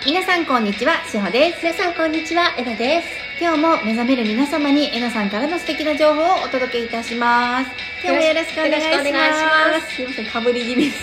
皆さんこんにちは、しほです。 皆さんこんにちは、えなです。 今日も目覚める皆様にえなさんからの素敵な情報をお届けいたします。今日もよろしくお願いします。すいません、かぶり気味です。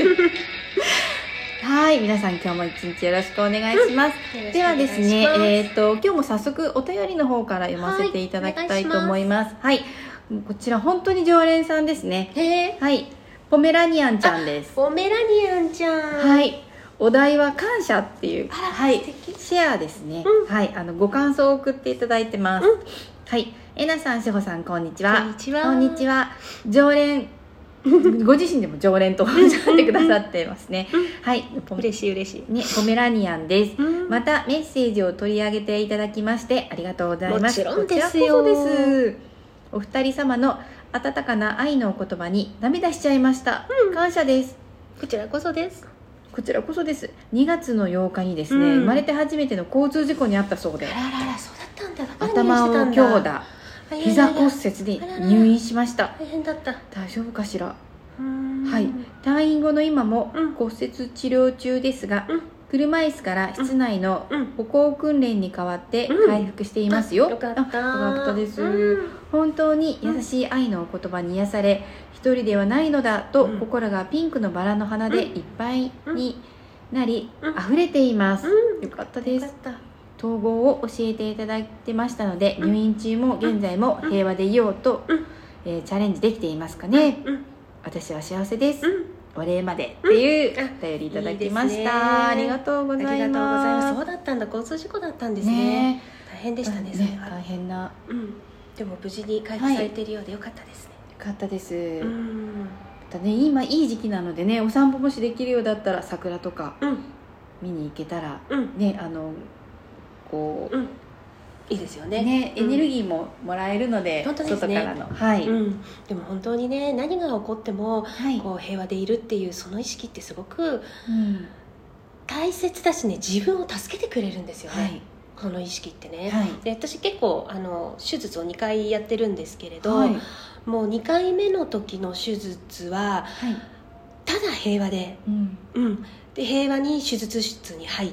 はい、皆さん今日も一日よろしくお願いします。ではですね、今日も早速お便りの方から読ませていただきたいと思います。はい、こちら本当に常連さんですね。はい、ポメラニアンちゃんです。 ポメラニアンちゃん。 はい。お題は感謝っていう、はい、シェアですね、はい、ご感想を送っていただいてます。はい、えなさん、しほさん、こんにちは。 こんにちは。 こんにちは。常連ご自身でも常連とおっしゃってくださってますね。はい、 嬉しい嬉しいね、ポメラニアンです。またメッセージを取り上げていただきましてありがとうございます。 もちろんですよ。 こちらこそです。お二人様の温かな愛のお言葉に涙しちゃいました。感謝です。 こちらこそです。 こちらこそです。2月の8日にですね、生まれて初めての交通事故に遭ったそうで、 あらら、そうだったんだ。 頭を強打、膝骨折で入院しました。 大変だった。 大丈夫かしら。はい、退院後の今も骨折治療中ですが、車椅子から室内の歩行訓練に代わって回復していますよ。 よかった。よかったです。本当に優しい愛のお言葉に癒され、一人ではないのだと心がピンクのバラの花でいっぱいになり溢れています。よかったです。統合を教えていただいてましたので、入院中も現在も平和でいようとチャレンジできていますかね。私は幸せです。お礼までっていうお便りいただきました。ありがとうございます。 そうだったんだ。交通事故だったんですね。大変でしたね。 大変な。 でも無事に回復されているようでよかったですね。 よかったです。またね、今いい時期なのでね、お散歩もしできるようだったら桜とか見に行けたらね、こういいですよね。 エネルギーももらえるので、外からの。はい。 でも本当にね、何が起こってもこう平和でいるっていうその意識ってすごく大切だしね、自分を助けてくれるんですよね。この意識ってね。で、私結構手術を2回やってるんですけれど、もう2回目の時の手術はただ平和で、で平和に手術室に入って、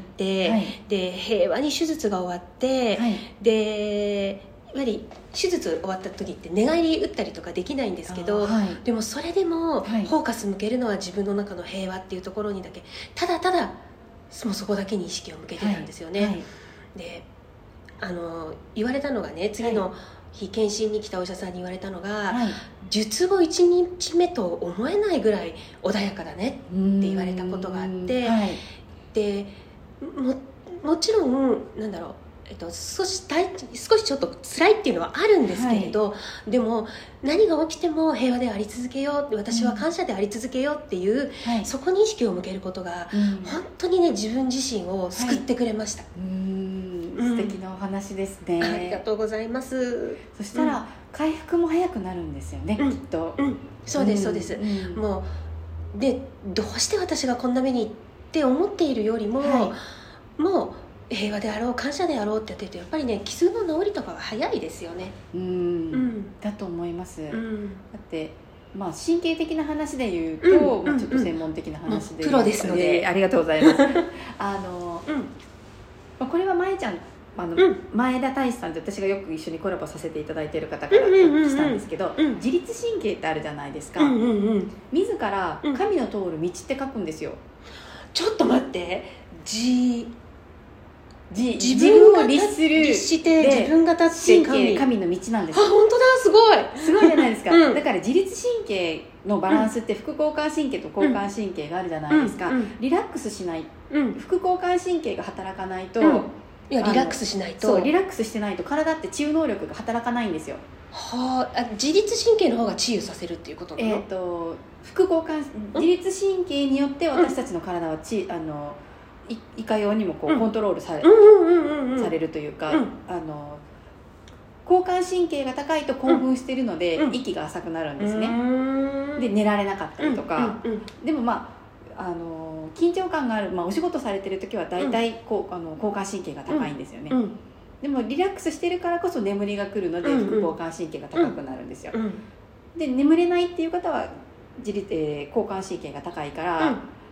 で平和に手術が終わって、でやはり手術終わった時って寝返り打ったりとかできないんですけど、でもそれでもフォーカス向けるのは自分の中の平和っていうところにだけ、ただただもうそこだけに意識を向けてたんですよね。で言われたのがね、次の日検診に来たお医者さんに言われたのが、術後1日目と思えないぐらい穏やかだねって言われたことがあって、で もちろんなんだろう、少しちょっと辛いっていうのはあるんですけれど、でも何が起きても平和であり続けよう、私は感謝であり続けようっていう、そこに意識を向けることが、本当にね、自分自身を救ってくれました。 素敵なお話ですね。 ありがとうございます。 そしたら回復も早くなるんですよね、きっと。 そうですそうです。もうで、どうして私がこんな目にって思っているよりも、もう平和であろう、感謝であろうってやってると、やっぱりね、傷の治りとかは早いですよね。 だと思います。だってまあ神経的な話で言うと、ちょっと専門的な話でプロですのでありがとうございます。これはまえちゃん、前田大志さんと私がよく一緒にコラボさせていただいている方からしたんですけど、自律神経ってあるじゃないですか。自ら神の通る道って書くんですよ。 ちょっと待って、 自分を律して自分が立って神の道なんです。 本当だ、すごいすごいじゃないですか。だから自律神経のバランスって副交感神経と交感神経があるじゃないですか。リラックスしない、副交感神経が働かないと、 リラックスしないと、 そう、リラックスしてないと体って治癒能力が働かないんですよ。 自律神経の方が治癒させるっていうことなの？ 副交感自律神経によって私たちの体はいかようにもこうコントロールされるというか、交感神経が高いと興奮しているので、息が浅くなるんですね。で寝られなかったりとか、でもまあ緊張感がある、お仕事されてる時は大体交感神経が高いんですよね。でもリラックスしてるからこそ眠りが来るので、副交感神経が高くなるんですよ。で眠れないっていう方は交感神経が高いから、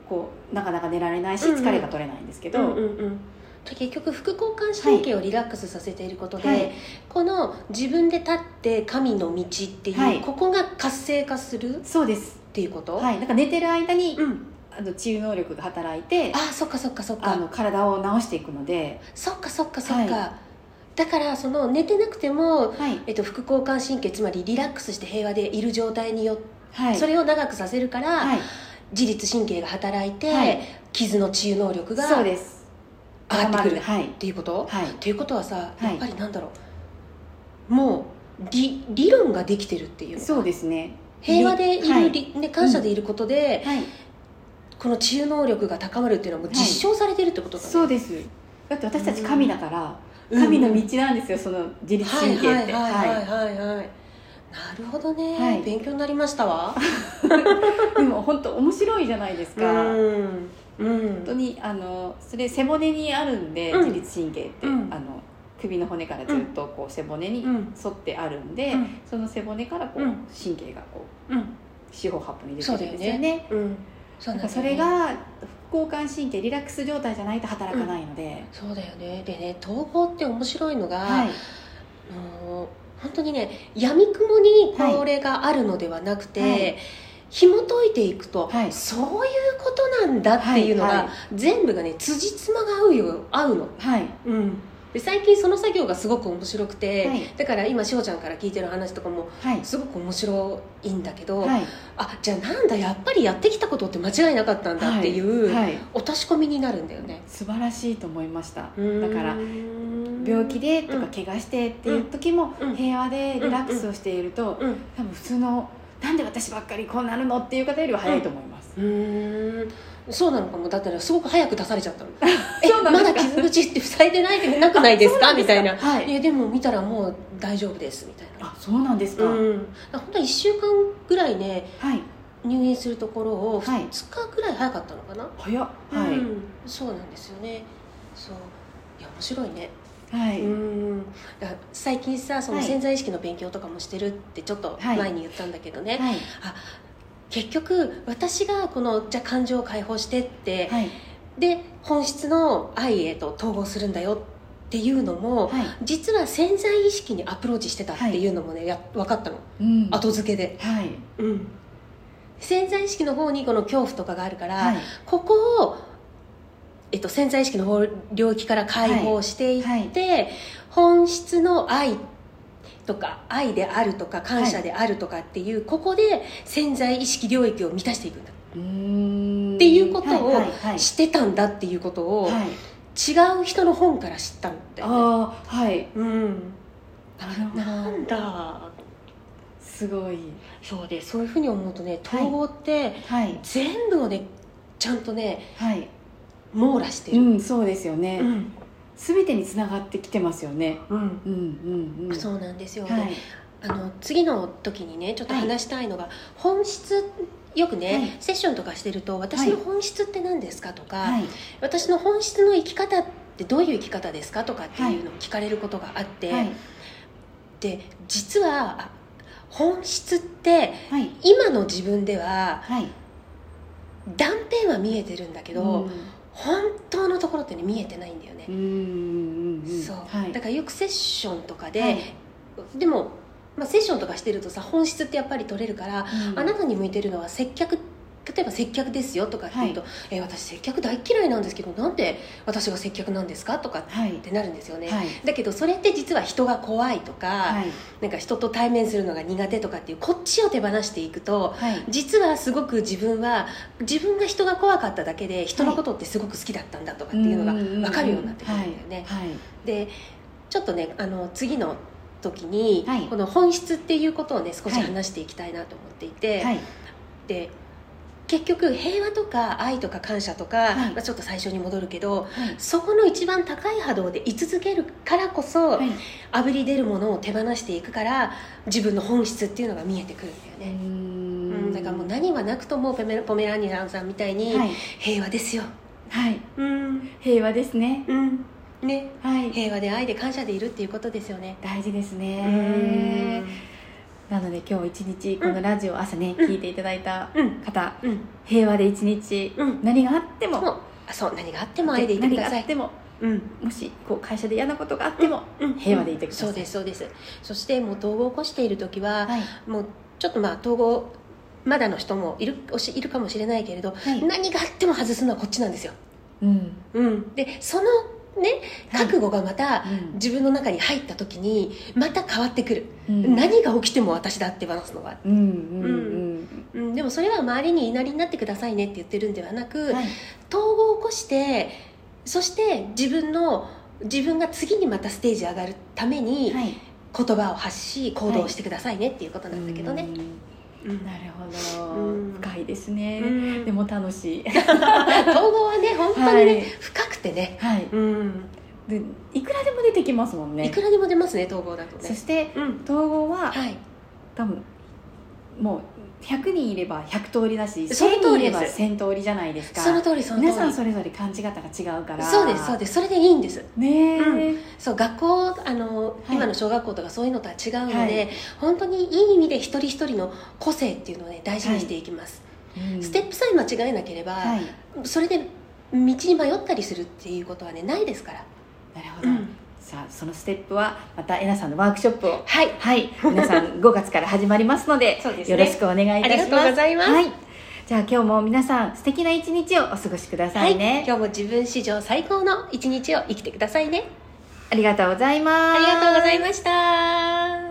こうなかなか寝られないし疲れが取れないんですけど、 結局副交感神経をリラックスさせていることで、この自分で立って神の道っていう、ここが活性化するそうですっていうこと、 なんか寝てる間に、治癒能力が働いて、 そっかそっかそっか、 体を治していくので、 そっかそっかそっか、だからその寝てなくても、副交感神経、つまりリラックスして平和でいる状態によって、それを長くさせるから、自律神経が働いて、傷の治癒能力がそうです上がってくるっていうこと、っていうことはさ、やっぱりなんだろう、もう理論ができてるっていうか、 そうですね、 平和でいる、感謝でいることで、この治癒能力が高まるっていうのはもう実証されてるってことだね。 そうです。だって私たち神だから、神の道なんですよ、その自律神経って。 なるほどね、勉強になりましたわ。 でも本当面白いじゃないですか。本当にそれ背骨にあるんで、自律神経って、首の骨からずっとこう背骨に沿ってあるんで、その背骨からこう神経がこう四方八方に出てるんですよね。だからそれが副交感神経リラックス状態じゃないと働かないので、 そうだよね。でね、統合って面白いのが、本当にね、やみくもにこれがあるのではなくて、紐解いていくと、そういうことなんだっていうのが、全部がね、辻褄が合うの。で最近その作業がすごく面白くて、だから今しおちゃんから聞いてる話とかもすごく面白いんだけど、じゃあなんだ、やっぱりやってきたことって間違いなかったんだっていうお確かみになるんだよね。 素晴らしいと思いました。だから病気でとか怪我してっていう時も平和でリラックスをしていると、多分普通のなんで私ばっかりこうなるのっていう方よりは早いと思います。 そうなのかも。だったらすごく早く出されちゃったの。まだ傷口って塞いでなくないですかみたいな。でも見たらもう大丈夫ですみたいな。 そうなんですか。 本当は1週間ぐらいね、入院するところを2日ぐらい早かったのかな。 早っ。 そうなんですよね。そう、いや面白いね。だから最近さ、その潜在意識の勉強とかもしてるってちょっと前に言ったんだけどね、結局私がこのじゃあ感情を解放してって、で本質の愛へと統合するんだよっていうのも、実は潜在意識にアプローチしてたっていうのもね、分かったの、後付けで、潜在意識の方にこの恐怖とかがあるから、ここを潜在意識の領域から解放していって、本質の愛とか愛であるとか感謝であるとかっていう、ここで潜在意識領域を満たしていくんだっていうことをしてたんだっていうことを、違う人の本から知ったんだよね。なんだ、 すごい。 そうで、そういうふうに思うとね、統合って全部をねちゃんとね網羅してる。 そうですよね。全てにつながってきてますよね。 そうなんですよ。で次の時にねちょっと話したいのが、本質。よくね、セッションとかしてると、私の本質って何ですかとか、私の本質の生き方ってどういう生き方ですかとかっていうのを聞かれることがあって、で実は本質って、今の自分では、断片は見えてるんだけど、本当のところってね見えてないんだよね。そう、だからよくセッションとかで、でも、セッションとかしてるとさ、本質ってやっぱり取れるから、あなたに向いてるのは接客、例えば接客ですよとかって言うと、私接客大嫌いなんですけど、なんで私が接客なんですかとかってなるんですよね。だけどそれって実は人が怖いとか、なんか人と対面するのが苦手とかっていうこっちを手放していくと、実はすごく自分が人が怖かっただけで人のことってすごく好きだったんだとかっていうのが分かるようになってくるんだよね。でちょっとね、次の時に、この本質っていうことをね少し話していきたいなと思っていて、で結局平和とか愛とか感謝とか、ちょっと最初に戻るけど、そこの一番高い波動で居続けるからこそ、あぶり出るものを手放していくから、自分の本質っていうのが見えてくるんだよね。だからもう何はなくともポメラニアンさんみたいに、平和ですよ。 平和ですね。 ね、、平和で愛で感謝でいるっていうことですよね。 大事ですね。 なので今日一日このラジオ朝ね、聞いていただいた方、平和で一日、何があっても、 何があっても愛でいてください。 何があっても、もし会社で嫌なことがあっても、平和でいてください。 そうです、そうです。そしてもう統合を起こしている時は、もうちょっと統合まだの人もいるかもしれないけれど、何があっても外すのはこっちなんですよ。でそのね、覚悟がまた自分の中に入った時にまた変わってくる、何が起きても私だって話すのが、でもそれは周りに言いなりになってくださいねって言ってるんではなく、統合を起こして、そして自分が次にまたステージ上がるために言葉を発し行動してくださいねっていうことなんだけどね。 なるほど、深いですね、でも楽しい統合はね本当にね、深くてね、 でいくらでも出てきますもんね。 いくらでも出ますね、統合だとね。 そして、統合は、多分もう100人いれば100通りだし、1000人いれば1000通りじゃないですか。 その通り、その通り。 皆さんそれぞれ感じ方が違うから。 そうです、そうです。それでいいんですね。 そう、学校今の小学校とかそういうのとは違うので、本当にいい意味で一人一人の個性っていうのをね大事にしていきます。ステップさえ間違えなければ、それで道に迷ったりするっていうことはねないですから。 なるほど。さあそのステップはまたえなさんのワークショップを皆さん5月から始まりますのでよろしくお願いいたします。 ありがとうございます。 じゃあ今日も皆さん素敵な一日をお過ごしくださいね。 今日も自分史上最高の一日を生きてくださいね。 ありがとうございます。 ありがとうございました。